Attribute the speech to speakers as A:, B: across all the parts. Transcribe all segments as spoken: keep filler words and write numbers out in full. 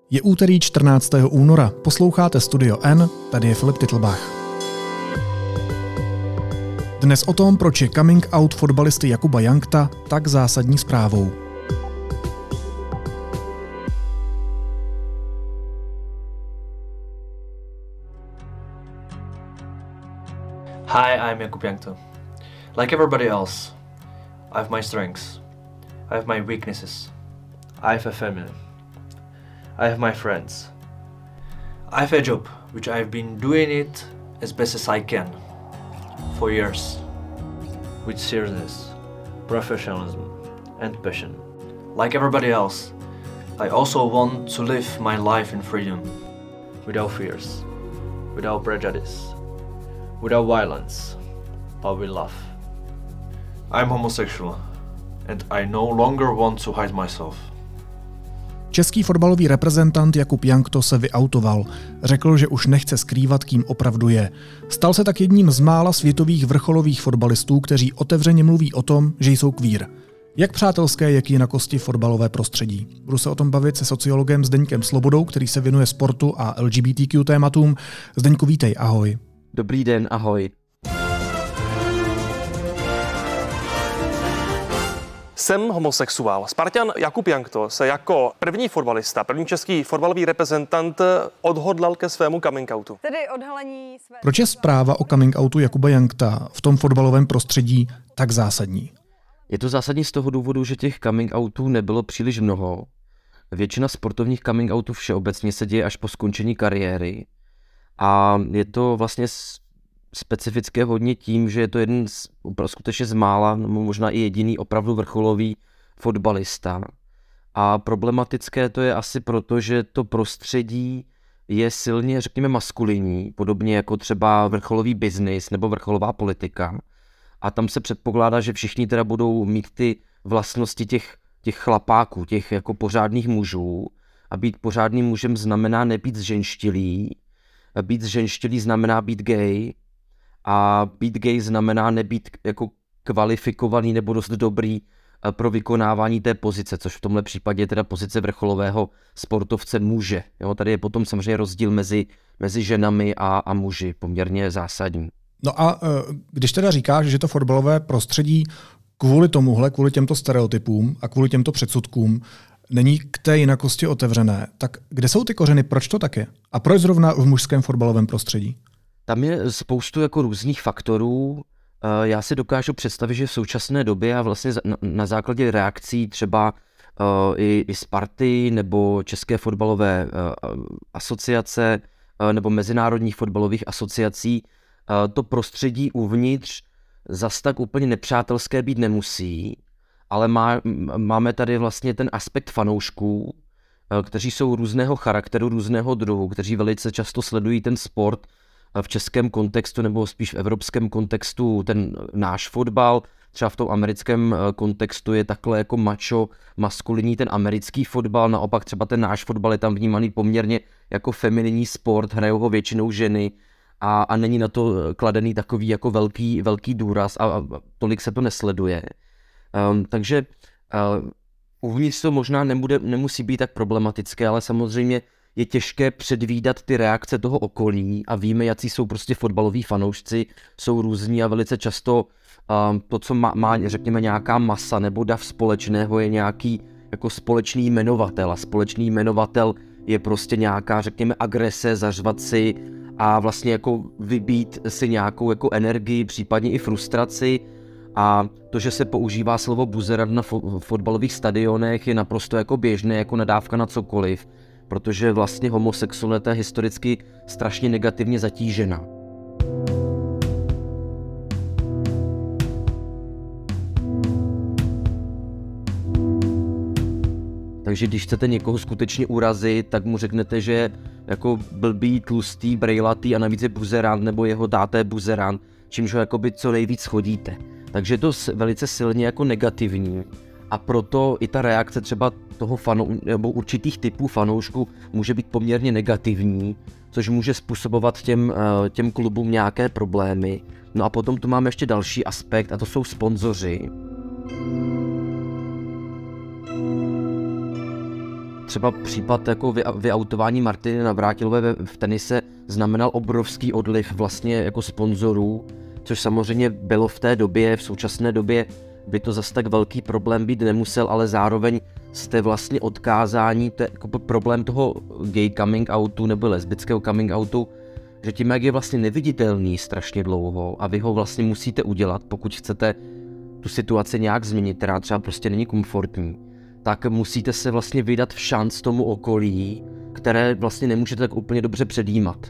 A: Je úterý čtrnáctého února, posloucháte Studio N, tady je Filip Titlbach. Dnes o tom, proč je coming out fotbalisty Jakuba Jankta tak zásadní zprávou.
B: Hi, I'm Jakub Jankta. Like everybody else, I have my strengths. I have my weaknesses. I have a family. I have my friends. I have a job, which I've been doing it as best as I can for years, with seriousness, professionalism, and passion. Like everybody else, I also want to live my life in freedom, without fears, without prejudice, without violence, but with love. I'm homosexual, and I no longer want to hide myself.
A: Český fotbalový reprezentant Jakub Jankto se vyautoval. Řekl, že už nechce skrývat, kým opravdu je. Stal se tak jedním z mála světových vrcholových fotbalistů, kteří otevřeně mluví o tom, že jsou queer. Jak přátelské je k jinakosti fotbalové prostředí? Budu se o tom bavit se sociologem Zdeňkem Slobodou, který se věnuje sportu a L G B T Q tématům. Zdeňku, vítej, ahoj.
C: Dobrý den, ahoj.
D: Jsem homosexuál. Spartan Jakub Jankto se jako první fotbalista, první český fotbalový reprezentant odhodlal ke svému coming outu.
E: Tedy odhalení své...
A: Proč je zpráva o coming outu Jakuba Jankta v tom fotbalovém prostředí tak zásadní?
C: Je to zásadní z toho důvodu, že těch coming outů nebylo příliš mnoho. Většina sportovních coming outů všeobecně se děje až po skončení kariéry. A je to vlastně specifické hodně tím, že je to jeden z, skutečně z mála, nebo možná i jediný opravdu vrcholový fotbalista. A problematické to je asi proto, že to prostředí je silně, řekněme, maskulinní, podobně jako třeba vrcholový biznis nebo vrcholová politika. A tam se předpokládá, že všichni teda budou mít ty vlastnosti těch, těch chlapáků, těch jako pořádných mužů. A být pořádným mužem znamená nebýt zženštilý. Být zženštilý znamená být gay. A být gay znamená nebýt jako kvalifikovaný nebo dost dobrý pro vykonávání té pozice, což v tomhle případě je teda pozice vrcholového sportovce muže. Jo, tady je potom samozřejmě rozdíl mezi, mezi ženami a, a muži, poměrně zásadní.
A: No a když teda říkáš, že to fotbalové prostředí kvůli tomuhle, kvůli těmto stereotypům a kvůli těmto předsudkům není k té jinakosti otevřené, tak kde jsou ty kořeny, proč to tak je? A proč zrovna v mužském fotbalovém prostředí? Tam je spoustu jako různých faktorů. Já si dokážu představit, že v současné době a vlastně na základě reakcí třeba i, i Sparty nebo České fotbalové asociace nebo mezinárodních fotbalových asociací to prostředí uvnitř zas tak úplně nepřátelské být nemusí, ale má, máme tady vlastně ten aspekt fanoušků, kteří jsou různého charakteru, různého druhu, kteří velice často sledují ten sport v českém kontextu nebo spíš v evropském kontextu ten náš fotbal. Třeba v tom americkém kontextu je takhle jako macho, maskulinní ten americký fotbal, naopak třeba ten náš fotbal je tam vnímaný poměrně jako feminní sport, hrajou ho většinou ženy a, a není na to kladený takový jako velký, velký důraz a, a tolik se to nesleduje. Um, takže uh, uvnitř to možná nebude, nemusí být tak problematické, ale samozřejmě je těžké předvídat ty reakce toho okolí a víme, jací jsou prostě fotbaloví fanoušci, jsou různí a velice často um, to, co má, má, řekněme, nějaká masa nebo dav společného, je nějaký jako společný jmenovatel a společný jmenovatel je prostě nějaká, řekněme, agrese, zařvat si a vlastně jako vybít si nějakou jako energii, případně i frustraci. A to, že se používá slovo buzerant na fo- fotbalových stadionech, je naprosto jako běžné, jako nadávka na cokoliv, protože vlastně homosexualita je historicky strašně negativně zatížena. Takže když chcete někoho skutečně urazit, tak mu řeknete, že je jako blbý, tlustý, brejlatý a navíc je buzerant nebo jeho táta je buzerant, čímž ho jakoby co nejvíc chodíte. Takže je to velice silně jako negativní a proto i ta reakce třeba toho fanou, nebo určitých typů fanoušků může být poměrně negativní, což může způsobovat těm, těm klubům nějaké problémy. No a potom tu máme ještě další aspekt a to jsou sponzoři.
C: třeba případ jako vy, vyautování Martiny Navrátilové v tenise znamenal obrovský odliv vlastně jako sponzorů, což samozřejmě bylo v té době, v současné době by to zas tak velký problém být nemusel, ale zároveň jste vlastně odkázání, to je jako problém toho gay coming outu nebo lesbického coming outu, že tím, jak je vlastně neviditelný strašně dlouho a vy ho vlastně musíte udělat, pokud chcete tu situaci nějak změnit, která třeba prostě není komfortní, tak musíte se vlastně vydat v šanc tomu okolí, které vlastně nemůžete tak úplně dobře předjímat.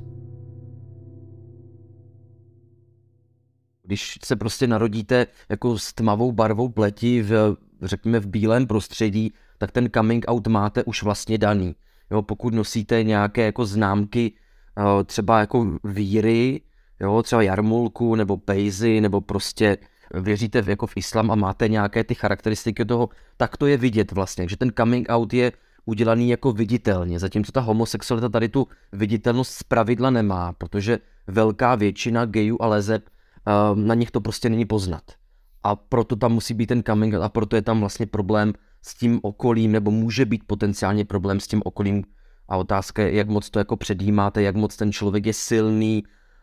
C: Když se prostě narodíte jako s tmavou barvou pleti v, řekněme, v bílém prostředí, tak ten coming out máte už vlastně daný. Jo, pokud nosíte nějaké jako známky, třeba jako víry, jo, třeba jarmulku nebo pejzy, nebo prostě věříte v, jako v islám a máte nějaké ty charakteristiky toho, tak to je vidět vlastně, že ten coming out je udělaný jako viditelně, zatímco ta homosexualita tady tu viditelnost zpravidla nemá, protože velká většina gayů a leseb, na nich to prostě není poznat. A proto tam musí být ten coming out a proto je tam vlastně problém s tím okolím, nebo může být potenciálně problém s tím okolím. A otázka je, jak moc to jako předjímáte, jak moc ten člověk je silný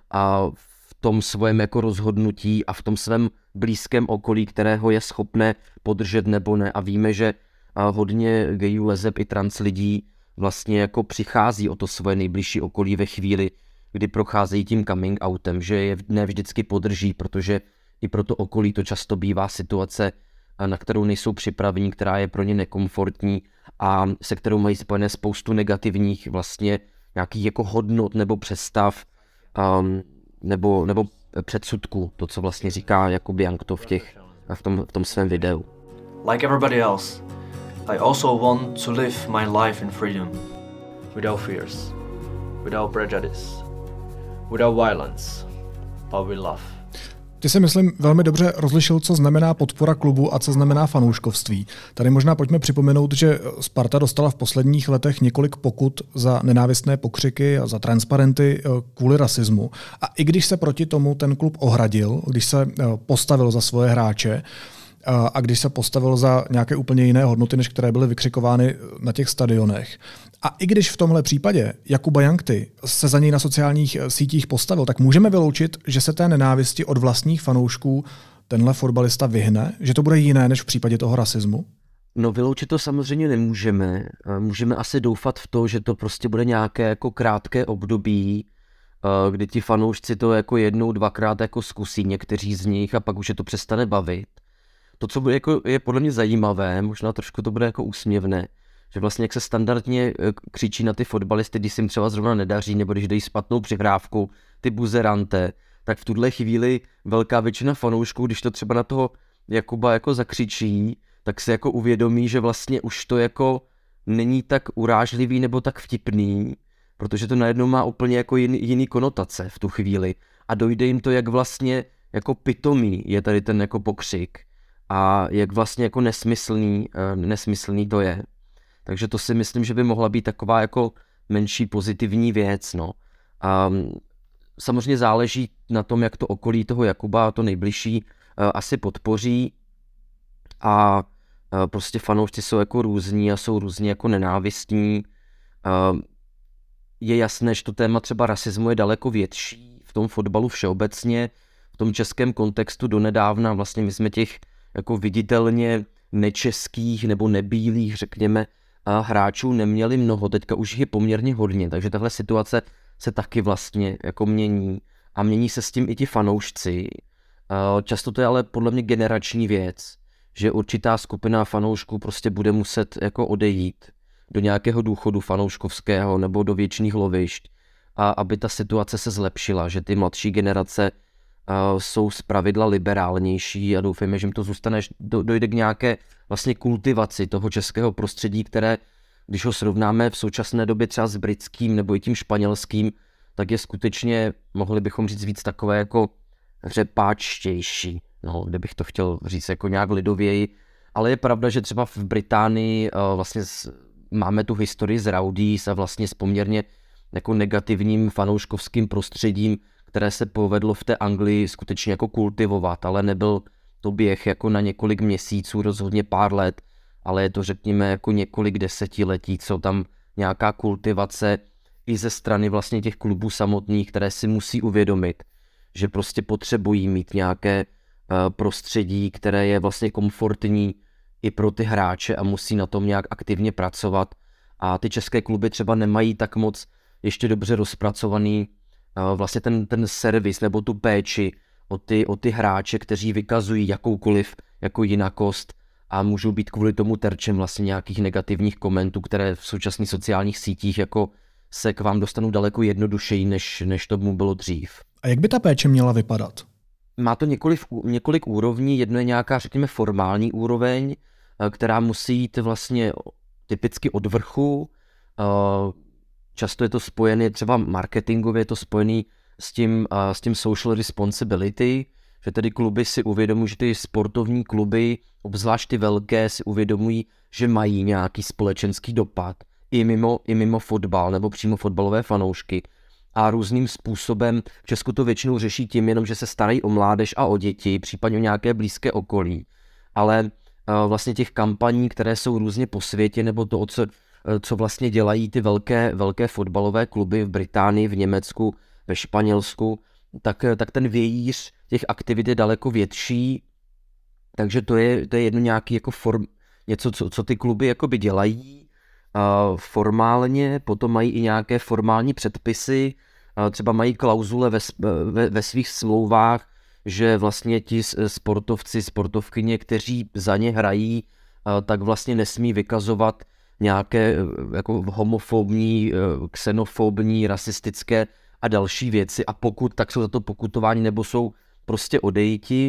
C: a v tom svém jako rozhodnutí a v tom svém blízkém okolí, kterého je schopné podržet nebo ne. A víme, že hodně gayů, leseb i trans lidí vlastně jako přichází o to svoje nejbližší okolí ve chvíli, kdy procházejí tím coming outem, že je ne vždycky podrží, protože i pro to okolí to často bývá situace, na kterou nejsou připraveni, která je pro ně nekomfortní a se kterou mají spojené spoustu negativních vlastně nějakých jako hodnot nebo představ um, nebo, nebo předsudků, to, co vlastně říká Jakub Jankto v, těch, v, tom, v tom svém videu.
B: Like everybody else, I also want to live my life in freedom, without fears, without prejudice, without violence, but with love.
A: Ty si, myslím, velmi dobře rozlišil, co znamená podpora klubu a co znamená fanouškovství. Tady možná pojďme připomenout, že Sparta dostala v posledních letech několik pokut za nenávistné pokřiky a za transparenty kvůli rasismu. A i když se proti tomu ten klub ohradil, když se postavil za svoje hráče a když se postavil za nějaké úplně jiné hodnoty, než které byly vykřikovány na těch stadionech. A i když v tomhle případě Jakuba Jankty se za něj na sociálních sítích postavil, tak můžeme vyloučit, že se té nenávisti od vlastních fanoušků tenhle fotbalista vyhne? Že to bude jiné než v případě toho rasismu?
C: No vyloučit to samozřejmě nemůžeme. Můžeme asi doufat v to, že to prostě bude nějaké jako krátké období, kdy ti fanoušci to jako jednou, dvakrát jako zkusí někteří z nich a pak už je to přestane bavit. To, co bude jako, je podle mě zajímavé, možná trošku to bude jako úsměvné, že vlastně jak se standardně křičí na ty fotbalisty, když se jim třeba zrovna nedaří, nebo když dají špatnou přihrávku, ty buzerante, tak v tuhle chvíli velká většina fanoušků, když to třeba na toho Jakuba jako zakřičí, tak si jako uvědomí, že vlastně už to jako není tak urážlivý nebo tak vtipný, protože to najednou má úplně jako jiný, jiný konotace v tu chvíli a dojde jim to, jak vlastně jako pitomý je tady ten jako pokřik a jak vlastně jako nesmyslný, nesmyslný to je. Takže to si myslím, že by mohla být taková jako menší pozitivní věc, no. A samozřejmě záleží na tom, jak to okolí toho Jakuba, to nejbližší, asi podpoří a prostě fanoušci jsou jako různí a jsou různě jako nenávistní. Je jasné, že to téma třeba rasismu je daleko větší v tom fotbalu všeobecně, v tom českém kontextu donedávna vlastně my jsme těch jako viditelně nečeských nebo nebílých, řekněme, hráčů neměli mnoho, teďka už jich je poměrně hodně, takže tahle situace se taky vlastně jako mění a mění se s tím i ti fanoušci. Často to je ale podle mě generační věc, že určitá skupina fanoušků prostě bude muset jako odejít do nějakého důchodu fanouškovského nebo do věčných lovišť, a aby ta situace se zlepšila, že ty mladší generace Uh, jsou zpravidla liberálnější a doufejme, že jim to zůstane, až do, dojde k nějaké vlastně kultivaci toho českého prostředí, které, když ho srovnáme v současné době třeba s britským nebo i tím španělským, tak je skutečně, mohli bychom říct, víc takové jako řepáčtější, no, kde bych to chtěl říct jako nějak lidověji, ale je pravda, že třeba v Británii uh, vlastně s, máme tu historii z rowdies a vlastně s poměrně jako negativním fanouškovským prostředím, které se povedlo v té Anglii skutečně jako kultivovat, ale nebyl to běh jako na několik měsíců, rozhodně pár let ale je to řekněme jako několik desetiletí, co tam nějaká kultivace i ze strany vlastně těch klubů samotných, které si musí uvědomit, že prostě potřebují mít nějaké uh, prostředí, které je vlastně komfortní i pro ty hráče a musí na tom nějak aktivně pracovat. A ty české kluby třeba nemají tak moc ještě dobře rozpracovaný uh, vlastně ten, ten servis nebo tu péči o ty, o ty hráče, kteří vykazují jakoukoliv jako jinakost a můžou být kvůli tomu terčem vlastně nějakých negativních komentů, které v současných sociálních sítích jako se k vám dostanou daleko jednodušeji, než, než to mu bylo dřív.
A: A jak by ta péče měla vypadat?
C: Má to několik, několik úrovní. Jedno je nějaká, řekněme, formální úroveň, která musí jít vlastně typicky od vrchu. Často je to spojené, třeba marketingově je to spojený s tím, s tím social responsibility, že tedy kluby si uvědomují, že ty sportovní kluby, obzvlášť ty velké, si uvědomují, že mají nějaký společenský dopad i mimo, i mimo fotbal nebo přímo fotbalové fanoušky. A různým způsobem v Česku to většinou řeší tím jenom, že se starají o mládež a o děti, případně o nějaké blízké okolí. Ale uh, vlastně těch kampaní, které jsou různě po světě, nebo to, co, co vlastně dělají ty velké, velké fotbalové kluby v Británii, v Německu, ve Španělsku, tak, tak ten vějíř těch aktivit je daleko větší. Takže to je, to je jedno nějaký jako form, něco, co, co ty kluby jakoby dělají. Uh, formálně, potom mají i nějaké formální předpisy, uh, třeba mají klauzule ve, ve, ve svých smlouvách, že vlastně ti sportovci, sportovkyně, kteří za ně hrají, uh, tak vlastně nesmí vykazovat nějaké uh, jako homofobní, uh, xenofobní, rasistické a další věci a pokud, tak jsou za to pokutováni nebo jsou prostě odejiti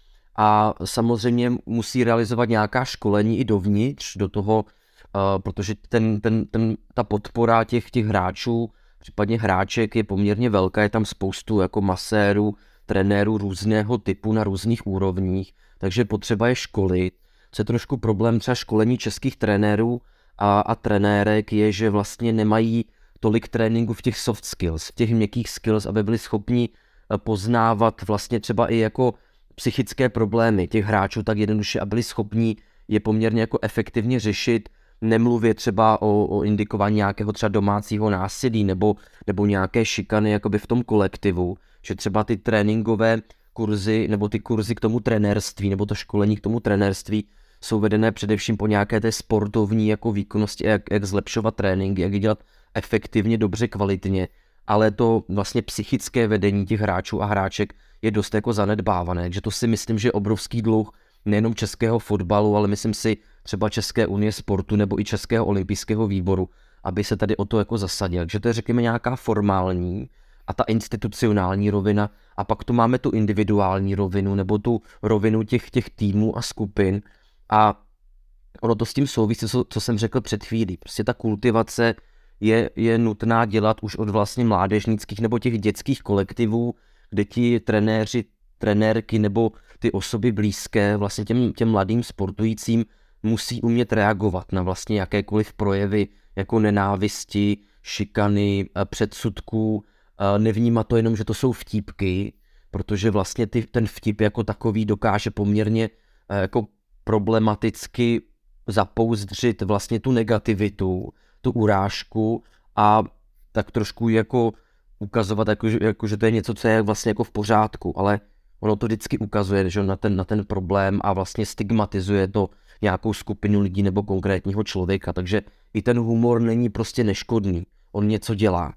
C: a samozřejmě musí realizovat nějaká školení i dovnitř do toho, Uh, protože ten, ten, ten, ta podpora těch, těch hráčů, případně hráček je poměrně velká, je tam spoustu jako masérů, trenérů různého typu na různých úrovních, takže potřeba je školit. Co je trošku problém třeba školení českých trenérů a, a trenérek je, že vlastně nemají tolik tréninku v těch soft skills, v těch měkkých skills, aby byli schopni poznávat vlastně třeba i jako psychické problémy těch hráčů tak jednoduše a byli schopni je poměrně jako efektivně řešit. Nemluvě třeba o, o indikování nějakého třeba domácího násilí nebo, nebo nějaké šikany jakoby v tom kolektivu, že třeba ty tréninkové kurzy nebo ty kurzy k tomu trenérství nebo to školení k tomu trenérství jsou vedené především po nějaké té sportovní jako výkonnosti, jak, jak zlepšovat tréninky, jak je dělat efektivně, dobře, kvalitně, ale to vlastně psychické vedení těch hráčů a hráček je dost jako zanedbávané, takže to si myslím, že je obrovský dluh nejenom českého fotbalu, ale myslím si třeba České unie sportu nebo i Českého olympijského výboru, aby se tady o to jako zasadil. Takže to je řekněme nějaká formální a ta institucionální rovina a pak tu máme tu individuální rovinu nebo tu rovinu těch, těch týmů a skupin a ono to s tím souvisí, co, co jsem řekl před chvílí. Prostě ta kultivace je, je nutná dělat už od vlastně mládežnických nebo těch dětských kolektivů, kde ti trenéři, trenérky nebo ty osoby blízké vlastně těm, těm mladým sportujícím musí umět reagovat na vlastně jakékoliv projevy jako nenávisti, šikany, předsudků, nevnímat to jenom, že to jsou vtípky, protože vlastně ty, ten vtip jako takový dokáže poměrně jako problematicky zapouzdřit vlastně tu negativitu, tu urážku a tak trošku jako ukazovat, jako, jako, že to je něco, co je vlastně jako v pořádku, ale ono to vždycky ukazuje, že na ten, na ten problém a vlastně stigmatizuje to nějakou skupinu lidí nebo konkrétního člověka, takže i ten humor není prostě neškodný, on něco dělá.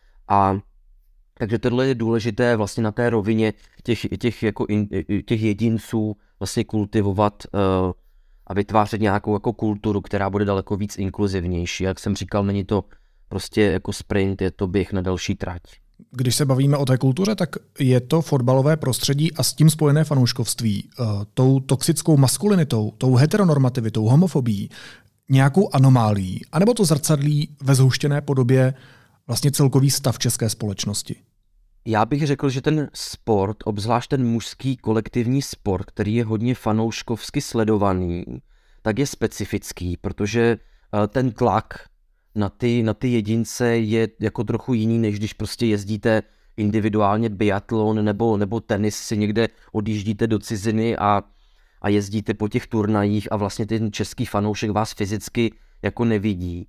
C: A takže tohle je důležité vlastně na té rovině těch, těch, jako in, těch jedinců vlastně kultivovat uh, a vytvářet nějakou jako kulturu, která bude daleko víc inkluzivnější. Jak jsem říkal, není to prostě jako sprint, je to běh na delší trať.
A: Když se bavíme o té kultuře, tak je to fotbalové prostředí a s tím spojené fanouškovství, uh, tou toxickou maskulinitou, tou heteronormativitou, homofobií, nějakou anomálí, anebo to zrcadlí ve zhuštěné podobě vlastně celkový stav české společnosti?
C: Já bych řekl, že ten sport, obzvlášť ten mužský kolektivní sport, který je hodně fanouškovsky sledovaný, tak je specifický, protože ten tlak na ty, na ty jedince je jako trochu jiný, než když prostě jezdíte individuálně biatlon nebo, nebo tenis si někde odjíždíte do ciziny a, a jezdíte po těch turnajích a vlastně ten český fanoušek vás fyzicky jako nevidí.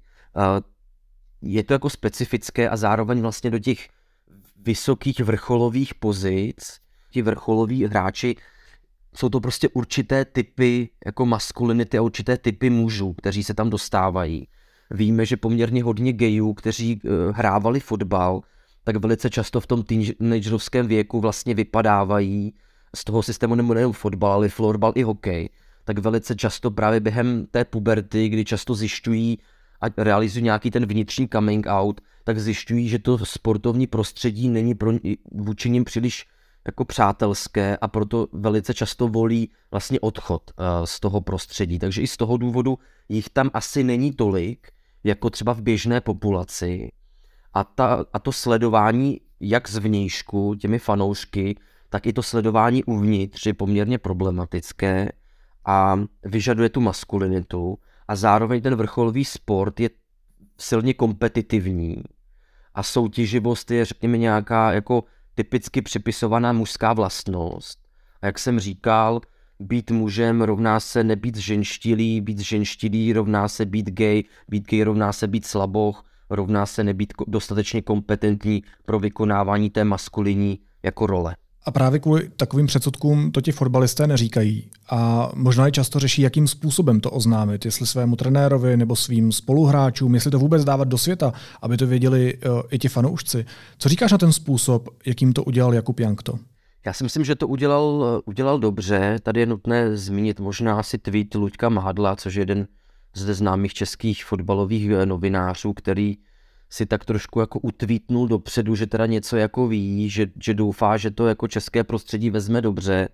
C: Je to jako specifické a zároveň vlastně do těch vysokých vrcholových pozic, ti vrcholoví hráči, jsou to prostě určité typy jako maskulinity a určité typy mužů, kteří se tam dostávají. Víme, že poměrně hodně gayů, kteří uh, hrávali fotbal, tak velice často v tom teenagerovském věku vlastně vypadávají z toho systému nebo nejen fotbal, ale florbal i hokej. Tak velice často právě během té puberty, kdy často zjišťují a realizují nějaký ten vnitřní coming out, tak zjišťují, že to sportovní prostředí není pro vůči nim příliš jako přátelské a proto velice často volí vlastně odchod uh, z toho prostředí. Takže i z toho důvodu jich tam asi není tolik, jako třeba v běžné populaci. A, ta, a to sledování jak zvnějšku těmi fanoušky, tak i to sledování uvnitř je poměrně problematické a vyžaduje tu maskulinitu. A zároveň ten vrcholový sport je silně kompetitivní a soutěživost je, řekněme, nějaká jako typicky připisovaná mužská vlastnost. A jak jsem říkal, být mužem rovná se nebýt ženštilý, být ženštilý rovná se být gay, být gay rovná se být slaboch, rovná se nebýt dostatečně kompetentní pro vykonávání té maskulinní jako role.
A: A právě kvůli takovým předsudkům to ti fotbalisté neříkají. A možná i často řeší, jakým způsobem to oznámit. Jestli svému trenérovi nebo svým spoluhráčům, jestli to vůbec dávat do světa, aby to věděli uh, i ti fanoušci. Co říkáš na ten způsob, jakým to udělal Jakub Jankto?
C: Já si myslím, že to udělal, udělal dobře. Tady je nutné zmínit možná asi tweet Luďka Mádla, což je jeden zde známých českých fotbalových novinářů, který si tak trošku jako utvítnul dopředu, že teda něco jako ví, že, že doufá, že to jako české prostředí vezme dobře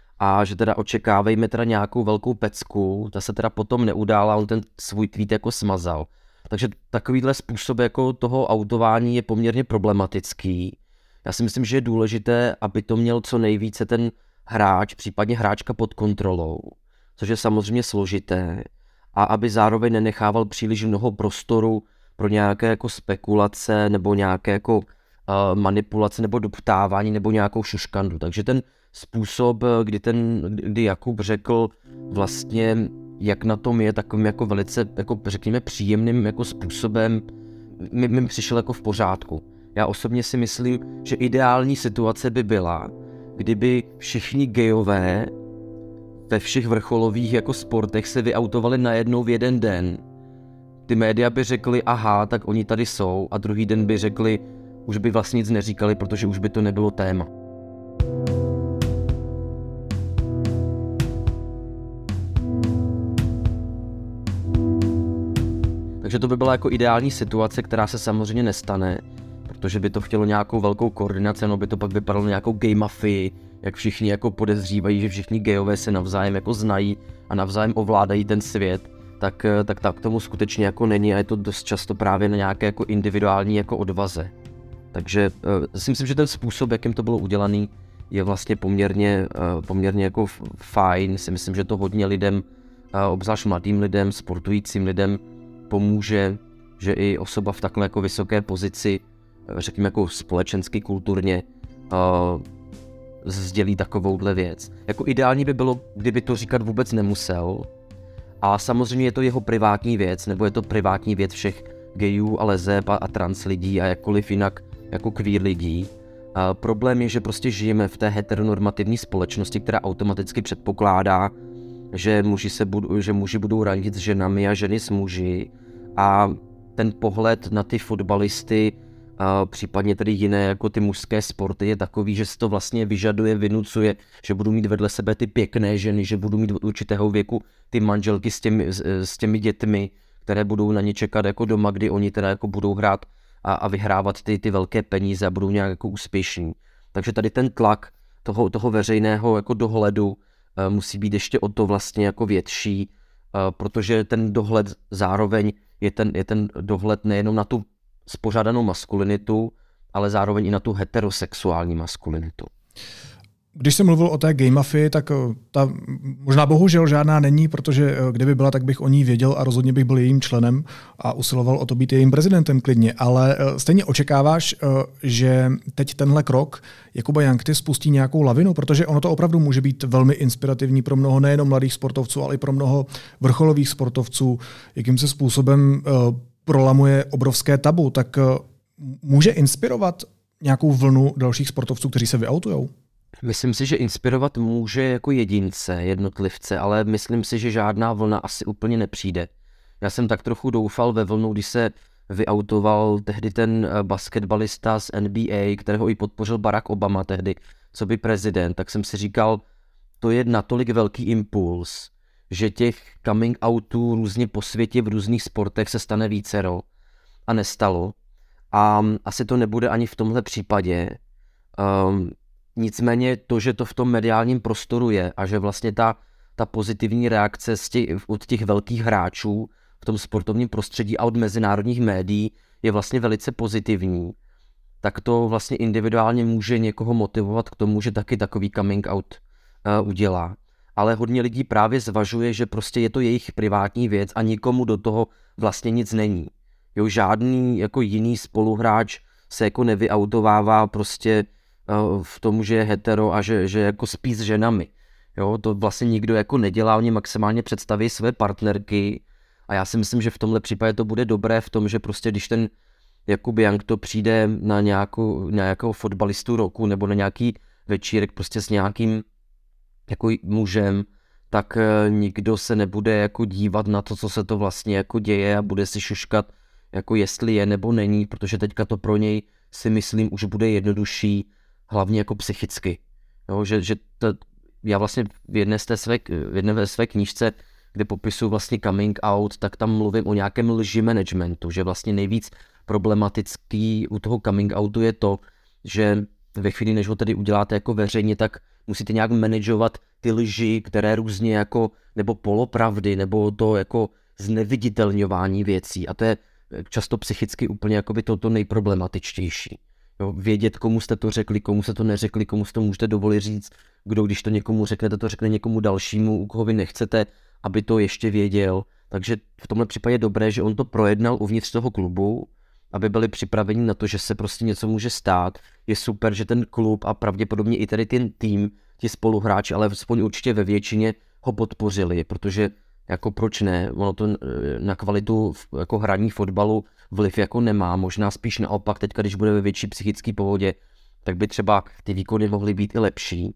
C: a že teda očekávejme teda nějakou velkou pecku. Ta se teda potom neudála, on ten svůj tweet jako smazal. Takže takovýhle způsob jako toho autování je poměrně problematický. Já si myslím, že je důležité, aby to měl co nejvíce ten hráč, případně hráčka pod kontrolou, což je samozřejmě složité, a aby zároveň nenechával příliš mnoho prostoru pro nějaké jako spekulace nebo nějaké jako uh, manipulace nebo doptávání nebo nějakou šuškandu. Takže ten způsob, kdy, ten, kdy Jakub řekl vlastně, jak na tom je, takovým jako velice, jako řekněme, příjemným jako způsobem, mi, mi přišel jako v pořádku. Já osobně si myslím, že ideální situace by byla, kdyby všichni gayové ve všech vrcholových jako sportech se vyautovali najednou v jeden den. Ty média by řekly, aha, tak oni tady jsou, a druhý den by řekli, už by vlastně nic neříkali, protože už by to nebylo téma. Takže to by byla jako ideální situace, která se samozřejmě nestane, protože by to chtělo nějakou velkou koordinaci, no by to pak vypadalo nějakou gay mafii, jak všichni jako podezřívají, že všichni gayové se navzájem jako znají a navzájem ovládají ten svět, tak, tak, tak tomu skutečně jako není a je to dost často právě na nějaké jako individuální jako odvaze. Takže uh, si myslím, že ten způsob, jakým to bylo udělaný, je vlastně poměrně, uh, poměrně jako fajn. Si myslím, že to hodně lidem, uh, obzvlášť mladým lidem, sportujícím lidem pomůže, že i osoba v takhle jako vysoké pozici, řekněme jako společensky, kulturně, uh, sdělí takovouhle věc. Jako ideální by bylo, kdyby to říkat vůbec nemusel, a samozřejmě je to jeho privátní věc, nebo je to privátní věc všech gayů a leseb a, a trans lidí a jakkoliv jinak jako queer lidí. A problém je, že prostě žijeme v té heteronormativní společnosti, která automaticky předpokládá, že muži, se budou, že muži budou randit s ženami a ženy s muži, a ten pohled na ty fotbalisty, a případně tedy jiné jako ty mužské sporty je takový, že se to vlastně vyžaduje, vynucuje, že budou mít vedle sebe ty pěkné ženy, že budou mít od určitého věku ty manželky s těmi, s těmi dětmi, které budou na ně čekat jako doma, kdy oni teda jako budou hrát a, a vyhrávat ty, ty velké peníze a budou nějak jako úspěšní. Takže tady ten tlak toho, toho veřejného jako dohledu uh, musí být ještě o to vlastně jako větší, uh, protože ten dohled zároveň je ten, je ten dohled nejenom na tu spořádanou maskulinitu, ale zároveň i na tu heterosexuální maskulinitu.
A: Když jsem mluvil o té gay mafii, tak ta možná bohužel žádná není, protože kdyby byla, tak bych o ní věděl a rozhodně bych byl jejím členem a usiloval o to být jejím prezidentem klidně. Ale stejně očekáváš, že teď tenhle krok Jakuba Jankty spustí nějakou lavinu, protože ono to opravdu může být velmi inspirativní pro mnoho nejenom mladých sportovců, ale i pro mnoho vrcholových sportovců, jakým se způsobem prolamuje obrovské tabu, tak může inspirovat nějakou vlnu dalších sportovců, kteří se vyautujou?
C: Myslím si, že inspirovat může jako jedince, jednotlivce, ale myslím si, že žádná vlna asi úplně nepřijde. Já jsem tak trochu doufal ve vlnu, když se vyautoval tehdy ten basketbalista z N B A, kterého i podpořil Barack Obama tehdy, co by prezident, tak jsem si říkal, to je natolik velký impuls, že těch coming outů různě po světě v různých sportech se stane vícero a nestalo. A asi to nebude ani v tomhle případě. Um, nicméně to, že to v tom mediálním prostoru je a že vlastně ta, ta pozitivní reakce z těch, od těch velkých hráčů v tom sportovním prostředí a od mezinárodních médií je vlastně velice pozitivní, tak to vlastně individuálně může někoho motivovat k tomu, že taky takový coming out uh, udělá. Ale hodně lidí právě zvažuje, že prostě je to jejich privátní věc a nikomu do toho vlastně nic není. Jo, žádný jako jiný spoluhráč se jako nevyautovává prostě uh, v tom, že je hetero a že, že jako spí s ženami. Jo, to vlastně nikdo jako nedělá, oni maximálně představí své partnerky a já si myslím, že v tomhle případě to bude dobré v tom, že prostě když ten Jakub Jankto přijde na nějakou, nějakou fotbalistu roku nebo na nějaký večírek prostě s nějakým jako mužem, tak uh, nikdo se nebude jako dívat na to, co se to vlastně jako děje a bude si šuškat jako jestli je nebo není, protože teďka to pro něj si myslím už bude jednodušší, hlavně jako psychicky. Jo, že, že to, já vlastně v jedné z té své, v jedné ve své knížce, kde popisuju vlastně coming out, tak tam mluvím o nějakém lži managementu, že vlastně nejvíc problematický u toho coming outu je to, že ve chvíli, než ho tedy uděláte jako veřejně, tak musíte nějak manažovat ty lži, které různě jako, nebo polopravdy, nebo to jako zneviditelňování věcí a to je často psychicky úplně jakoby toto nejproblematičtější. Jo, vědět, komu jste to řekli, komu se to neřekli, komu si to můžete dovolit říct, kdo když to někomu řeknete, to řekne někomu dalšímu, u koho vy nechcete, aby to ještě věděl. Takže v tomhle případě je dobré, že on to projednal uvnitř toho klubu, aby byli připraveni na to, že se prostě něco může stát. Je super, že ten klub a pravděpodobně i tady ten tým, ti spoluhráči, ale aspoň určitě ve většině ho podpořili, protože jako proč ne, ono to na kvalitu jako hraní fotbalu vliv jako nemá, možná spíš naopak, teďka když bude ve větší psychické pohodě, tak by třeba ty výkony mohly být i lepší.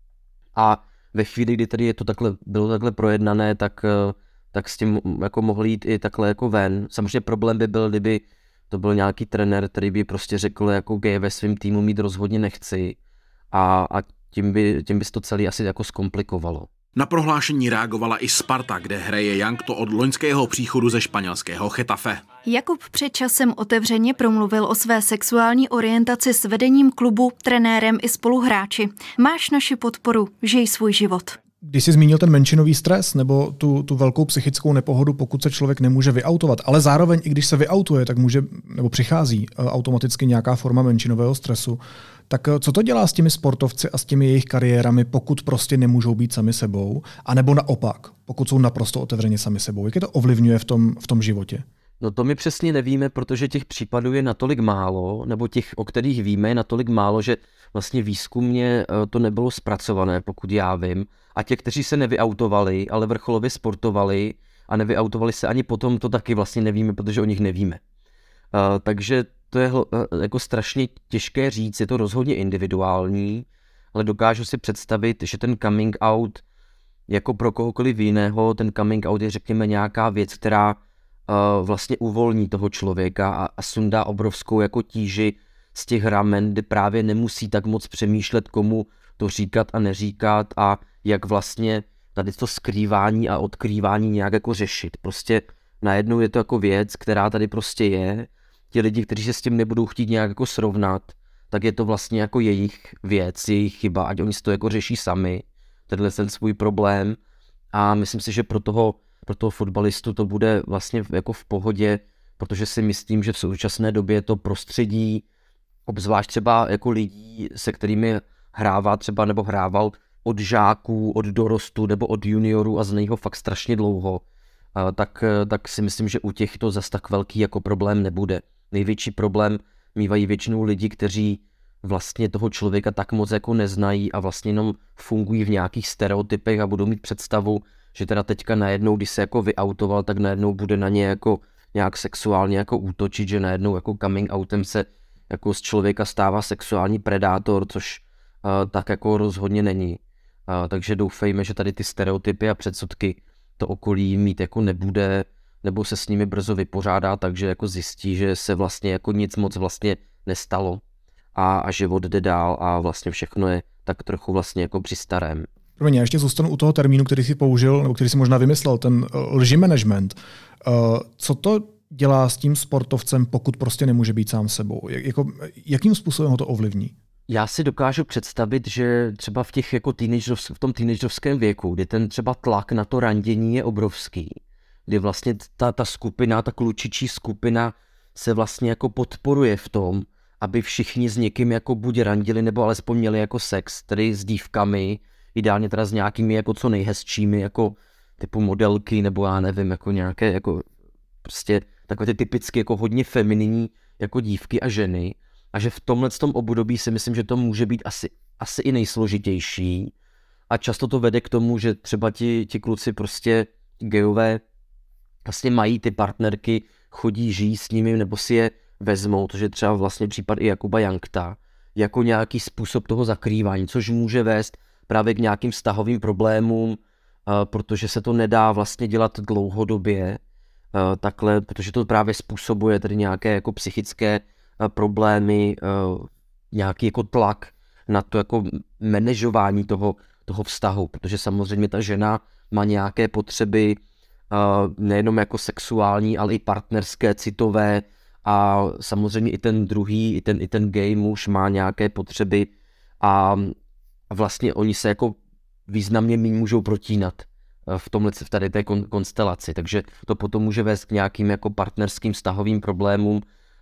C: A ve chvíli, kdy tady je to takhle, bylo takhle projednané, tak, tak s tím jako mohli jít i takhle jako ven. Samozřejmě problém by byl, kdyby to byl nějaký trenér, který by prostě řekl, jako gay ve svém týmu mít rozhodně nechci a, a tím by, tím by to celé asi jako zkomplikovalo.
E: Na prohlášení reagovala i Sparta, kde hraje Jankto od loňského příchodu ze španělského Getafe.
F: Jakub před časem otevřeně promluvil o své sexuální orientaci s vedením klubu, trenérem i spoluhráči. Máš naši podporu, žij svůj život.
A: Když jsi zmínil ten menšinový stres nebo tu, tu velkou psychickou nepohodu, pokud se člověk nemůže vyautovat, ale zároveň i když se vyautuje, tak může nebo přichází automaticky nějaká forma menšinového stresu. Tak co to dělá s těmi sportovci a s těmi jejich kariérami, pokud prostě nemůžou být sami sebou, anebo naopak, pokud jsou naprosto otevřeně sami sebou? Jak je to ovlivňuje v tom, v tom životě?
C: No to my přesně nevíme, protože těch případů je natolik málo, nebo těch, o kterých víme, je natolik málo, že vlastně výzkumně to nebylo zpracované, pokud já vím. A těch, kteří se nevyautovali, ale vrcholově sportovali a nevyautovali se ani potom, to taky vlastně nevíme, protože o nich nevíme. Uh, takže to je uh, jako strašně těžké říct, je to rozhodně individuální, ale dokážu si představit, že ten coming out, jako pro kohokoliv jiného, ten coming out je řekněme nějaká věc, která uh, vlastně uvolní toho člověka a, a sundá obrovskou jako tíži z těch ramen, kdy právě nemusí tak moc přemýšlet, komu to říkat a neříkat a jak vlastně tady to skrývání a odkrývání nějak jako řešit. Prostě najednou je to jako věc, která tady prostě je. Ti lidi, kteří se s tím nebudou chtít nějak jako srovnat, tak je to vlastně jako jejich věc, jejich chyba, ať oni si to jako řeší sami, tenhle ten svůj problém. A myslím si, že pro toho, pro toho fotbalistu to bude vlastně jako v pohodě, protože si myslím, že v současné době to prostředí, obzvlášť třeba jako lidí, se kterými hrává třeba nebo hrával od žáků, od dorostu nebo od juniorů a znají ho fakt strašně dlouho, tak, tak si myslím, že u těch to zas tak velký jako problém nebude. Největší problém mívají většinou lidi, kteří vlastně toho člověka tak moc jako neznají a vlastně jenom fungují v nějakých stereotypech a budou mít představu, že teda teďka najednou, když se jako vyautoval, tak najednou bude na ně jako nějak sexuálně jako útočit, že najednou jako coming outem se jako z člověka stává sexuální predátor, což uh, tak jako rozhodně není. Uh, takže doufejme, že tady ty stereotypy a předsudky to okolí mít jako nebude, nebo se s nimi brzo vypořádá, takže jako zjistí, že se vlastně jako nic moc vlastně nestalo a, a život jde dál a vlastně všechno je tak trochu vlastně jako při starém.
A: Promiň, já ještě zůstanu u toho termínu, který jsi použil, nebo který jsi možná vymyslel, ten lži management. Uh, co to dělá s tím sportovcem, pokud prostě nemůže být sám sebou? Jak, jako, jakým způsobem ho to ovlivní?
C: Já si dokážu představit, že třeba v těch jako teenagerovsk, v tom teenagerovském věku, kdy ten třeba tlak na to randění je obrovský, kdy vlastně ta, ta skupina, ta klučičí skupina se vlastně jako podporuje v tom, aby všichni s někým jako buď randili, nebo alespoň měli jako sex, tedy s dívkami, ideálně teda s nějakými jako co nejhezčími, jako typu modelky, nebo já nevím, jako nějaké jako prostě takové ty typicky jako hodně femininní jako dívky a ženy. A že v tomhle tom období si myslím, že to může být asi, asi i nejsložitější. A často to vede k tomu, že třeba ti, ti kluci prostě gejové vlastně mají ty partnerky, chodí, žijí s nimi nebo si je vezmou, to je třeba vlastně případ i Jakuba Jankta, jako nějaký způsob toho zakrývání, což může vést právě k nějakým vztahovým problémům, protože se to nedá vlastně dělat dlouhodobě, takhle, protože to právě způsobuje tedy nějaké jako psychické problémy, nějaký jako tlak na to jako manažování toho, toho vztahu, protože samozřejmě ta žena má nějaké potřeby nejenom jako sexuální, ale i partnerské, citové a samozřejmě i ten druhý, i ten, i ten gay muž má nějaké potřeby a vlastně oni se jako významně méně můžou protínat v tomhle, v tady té kon, konstelaci, takže to potom může vést k nějakým jako partnerským vztahovým problémům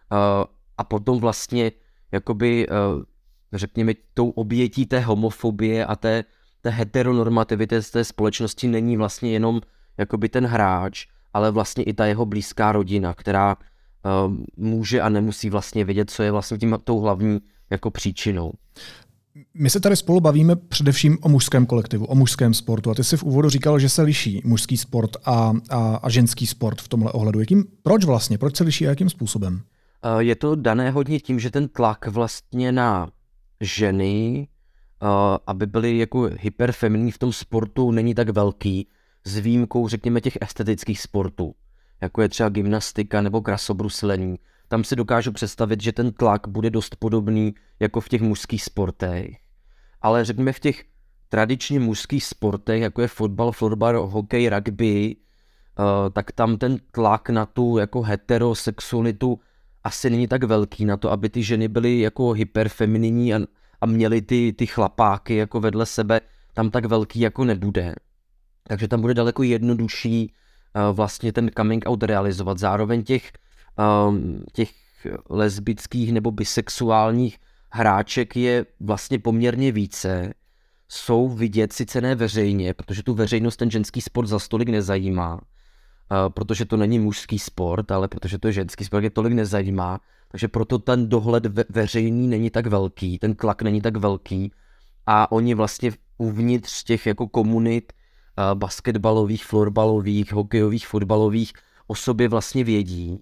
C: a potom vlastně jakoby řekněme tou obětí té homofobie a té, té heteronormativity z té společnosti není vlastně jenom jakoby ten hráč, ale vlastně i ta jeho blízká rodina, která uh, může a nemusí vlastně vědět, co je vlastně tím, tou hlavní jako příčinou.
A: My se tady spolu bavíme především o mužském kolektivu, o mužském sportu. A ty jsi v úvodu říkal, že se liší mužský sport a, a, a ženský sport v tomhle ohledu. Jakým, proč vlastně? Proč se liší a jakým způsobem?
C: Uh, je to dané hodně tím, že ten tlak vlastně na ženy, uh, aby byly jako hyperfeminní v tom sportu, není tak velký, s výjimkou, řekněme, těch estetických sportů, jako je třeba gymnastika nebo krasobruslení. Tam si dokážu představit, že ten tlak bude dost podobný jako v těch mužských sportech. Ale řekněme v těch tradičně mužských sportech, jako je fotbal, fotbal, hokej, rugby, tak tam ten tlak na tu jako heterosexualitu asi není tak velký na to, aby ty ženy byly jako hyperfemininní a, a měly ty, ty chlapáky jako vedle sebe, tam tak velký jako nebude. Takže tam bude daleko jednodušší uh, vlastně ten coming out realizovat. Zároveň těch, um, těch lesbických nebo bisexuálních hráček je vlastně poměrně více. Jsou vidět sice ne veřejně, protože tu veřejnost ten ženský sport za stolik nezajímá. Uh, protože to není mužský sport, ale protože to je ženský sport, je tolik nezajímá. Takže proto ten dohled ve- veřejný není tak velký, ten tlak není tak velký. A oni vlastně uvnitř těch jako komunit basketbalových, florbalových, hokejových, fotbalových o sobě vlastně vědí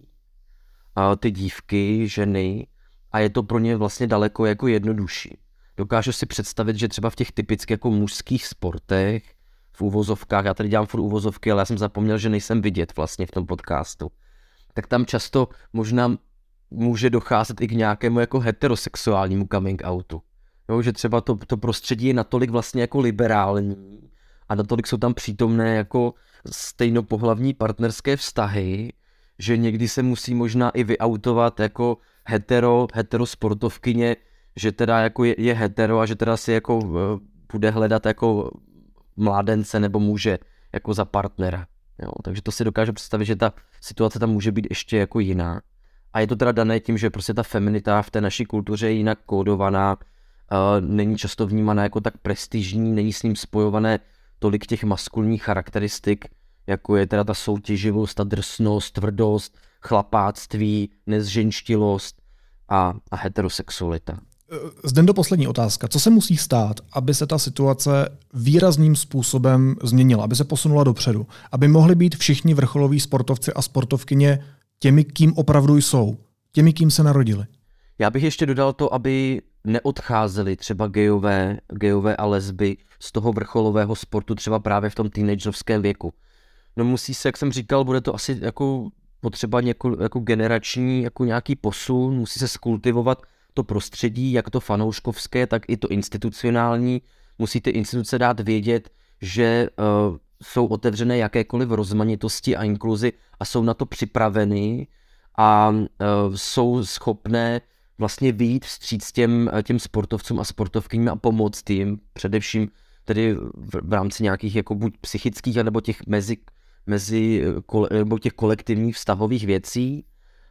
C: ty dívky, ženy a je to pro ně vlastně daleko jako jednodušší. Dokážu si představit, že třeba v těch typicky jako mužských sportech, v uvozovkách, já tady dělám furt uvozovky, ale já jsem zapomněl, že nejsem vidět vlastně v tom podcastu, tak tam často možná může docházet i k nějakému jako heterosexuálnímu coming outu. Jo, že třeba to, to prostředí je natolik vlastně jako liberální, a natolik jsou tam přítomné jako stejnopohlavní partnerské vztahy, že někdy se musí možná i vyautovat jako hetero, hetero sportovkyně, že teda jako je, je hetero a že teda si jako uh, bude hledat jako mládence nebo muže jako za partnera. Jo, takže to si dokážu představit, že ta situace tam může být ještě jako jiná. A je to teda dané tím, že prostě ta feminita v té naší kultuře je jinak kódovaná, není často vnímané jako tak prestižní, není s ním spojované tolik těch maskulinních charakteristik, jako je teda ta soutěživost, ta drsnost, tvrdost, chlapáctví, nezženštilost a, a heterosexualita.
A: Zdendo poslední otázka. Co se musí stát, aby se ta situace výrazným způsobem změnila, aby se posunula dopředu, aby mohli být všichni vrcholoví sportovci a sportovkyně těmi, kým opravdu jsou, těmi, kým se narodili?
C: Já bych ještě dodal to, aby neodcházeli třeba gejové, gejové a lesby z toho vrcholového sportu třeba právě v tom teenagerovském věku. No musí se, jak jsem říkal, bude to asi jako potřeba něko, jako generační jako nějaký posun, musí se skultivovat to prostředí, jak to fanouškovské, tak i to institucionální. Musí ty instituce dát vědět, že uh, jsou otevřené jakékoliv rozmanitosti a inkluzi a jsou na to připraveny a uh, jsou schopné vlastně vyjít vstříc těm, těm sportovcům a sportovkyním a pomoct jim, především tedy v, v rámci nějakých jako buď psychických, nebo těch mezi, mezi nebo těch kolektivních vztahových věcí.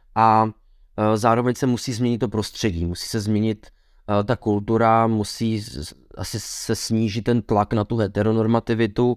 C: A zároveň se musí změnit to prostředí, musí se změnit uh, ta kultura, musí asi se snížit ten tlak na tu heteronormativitu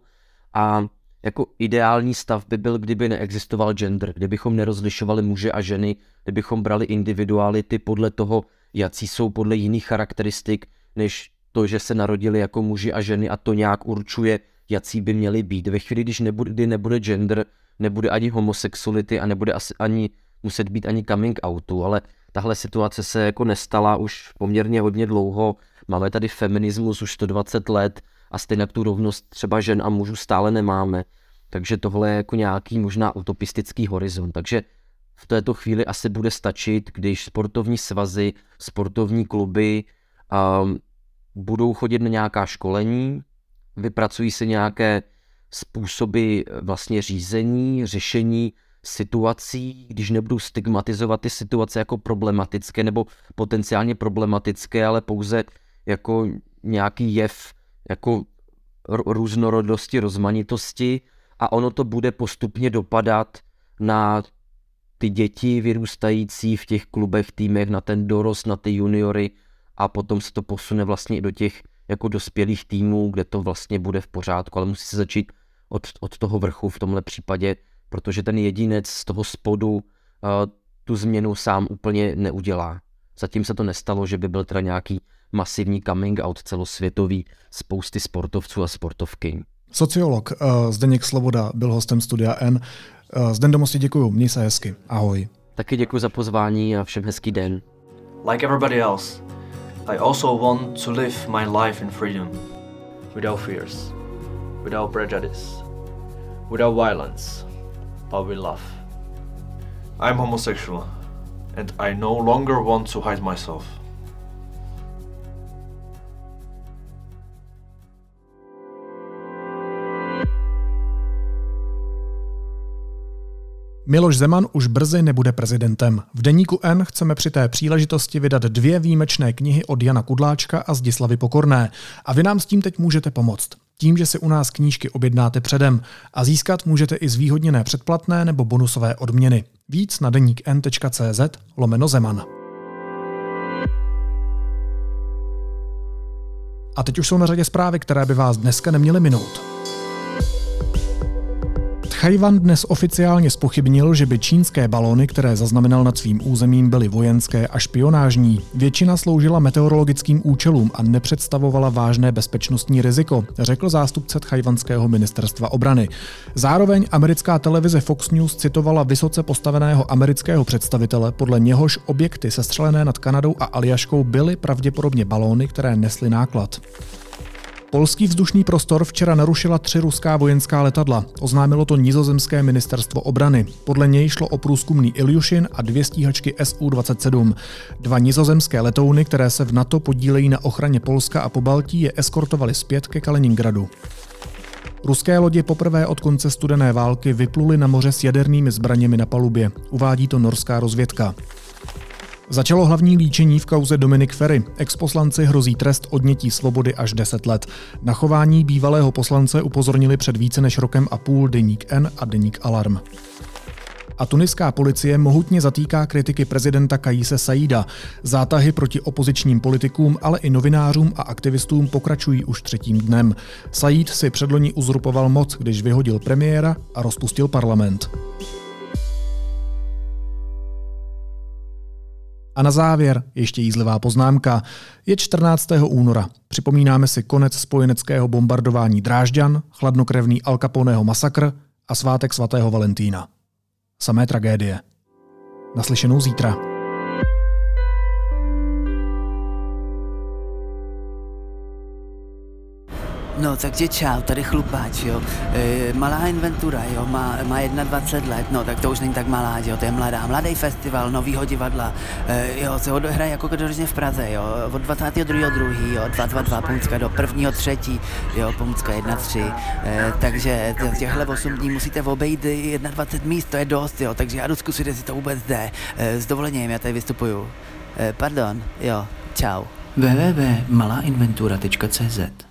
C: a jako ideální stav by byl, kdyby neexistoval gender, kdybychom nerozlišovali muže a ženy, kdybychom brali individuality podle toho, jací jsou podle jiných charakteristik, než to, že se narodili jako muži a ženy a to nějak určuje, jací by měli být. Ve chvíli, když nebude, kdy nebude gender, nebude ani homosexuality a nebude asi ani muset být ani coming outu, ale tahle situace se jako nestala už poměrně hodně dlouho. Máme tady feminismus už sto dvacet let a stejně tu rovnost třeba žen a mužů stále nemáme. Takže tohle je jako nějaký možná utopistický horizont. Takže v této chvíli asi bude stačit, když sportovní svazy, sportovní kluby um, budou chodit na nějaká školení, vypracují si nějaké způsoby vlastně řízení, řešení situací, když nebudou stigmatizovat ty situace jako problematické nebo potenciálně problematické, ale pouze jako nějaký jev jako různorodosti, rozmanitosti a ono to bude postupně dopadat na ty děti vyrůstající v těch klubech, týmech, na ten dorost, na ty juniory a potom se to posune vlastně i do těch jako dospělých týmů, kde to vlastně bude v pořádku, ale musí se začít od, od toho vrchu v tomhle případě, protože ten jedinec z toho spodu uh, tu změnu sám úplně neudělá. Zatím se to nestalo, že by byl teda nějaký masivní coming out celosvětový spousty sportovců a sportovky.
A: Sociolog uh, Zdeněk Sloboda byl hostem Studia N. Uh, Zdendo, moc ti děkuju, měj se hezky. Ahoj.
C: Taky děkuji za pozvání a všem hezký den.
B: Like everybody else, I also want to live my life in freedom, without fears, without prejudice, without violence, but with love. I'm homosexual, and I no longer want to hide myself.
A: Miloš Zeman už brzy nebude prezidentem. V deníku N chceme při té příležitosti vydat dvě výjimečné knihy od Jana Kudláčka a Zdislavy Pokorné. A vy nám s tím teď můžete pomoct. Tím, že si u nás knížky objednáte předem a získat můžete i zvýhodněné předplatné nebo bonusové odměny. Víc na deník n tečka cé zet lomeno Zeman. A teď už jsou na řadě zprávy, které by vás dneska neměly minout. Tchaj-wan dnes oficiálně zpochybnil, že by čínské balóny, které zaznamenal nad svým územím, byly vojenské a špionážní. Většina sloužila meteorologickým účelům a nepředstavovala vážné bezpečnostní riziko, řekl zástupce tchajwanského ministerstva obrany. Zároveň americká televize Fox News citovala vysoce postaveného amerického představitele, podle něhož objekty sestřelené nad Kanadou a Aljaškou byly pravděpodobně balóny, které nesly náklad. Polský vzdušný prostor včera narušila tři ruská vojenská letadla. Oznámilo to nizozemské ministerstvo obrany. Podle něj šlo o průzkumný Iljušin a dvě stíhačky S U dvacet sedm. Dva nizozemské letouny, které se v NATO podílejí na ochraně Polska a Pobaltí, je eskortovali zpět ke Kaliningradu. Ruské lodě poprvé od konce studené války vypluly na moře s jadernými zbraněmi na palubě. Uvádí to norská rozvědka. Začalo hlavní líčení v kauze Dominic Ferry. Exposlanci hrozí trest odnětí svobody až deset let. Na chování bývalého poslance upozornili před více než rokem a půl deník N a deník Alarm. A tuniská policie mohutně zatýká kritiky prezidenta Kaise Saída. Zátahy proti opozičním politikům, ale i novinářům a aktivistům pokračují už třetím dnem. Saíd si předloni uzurpoval moc, když vyhodil premiéra a rozpustil parlament. A na závěr ještě jízlivá poznámka. Je čtrnáctého února. Připomínáme si konec spojeneckého bombardování Drážďan, chladnokrevný Al Caponeho masakr a svátek svatého Valentína. Samé tragédie. Naslyšenou zítra.
G: No, takže čau, tady chlupáč, jo. E, malá inventura, jo, má, má dvacet jedna let, no, tak to už není tak malá, jo, to je mladá. Mladý festival novýho divadla, e, jo, se odehraje jako každoročně v Praze, jo, od dvacátého druhého druhého jo, dva dva dva Pomůcka do prvního třetí jo, Pomůcka jedna tři, e, takže těchhle osm dní musíte obejít dvacet jedna míst, to je dost, jo, takže já jdu zkusit, jestli to vůbec jde. E, s dovolením, já tady vystupuju. E, pardon, jo, čau.
H: w w w tečka malá inventura tečka cé zet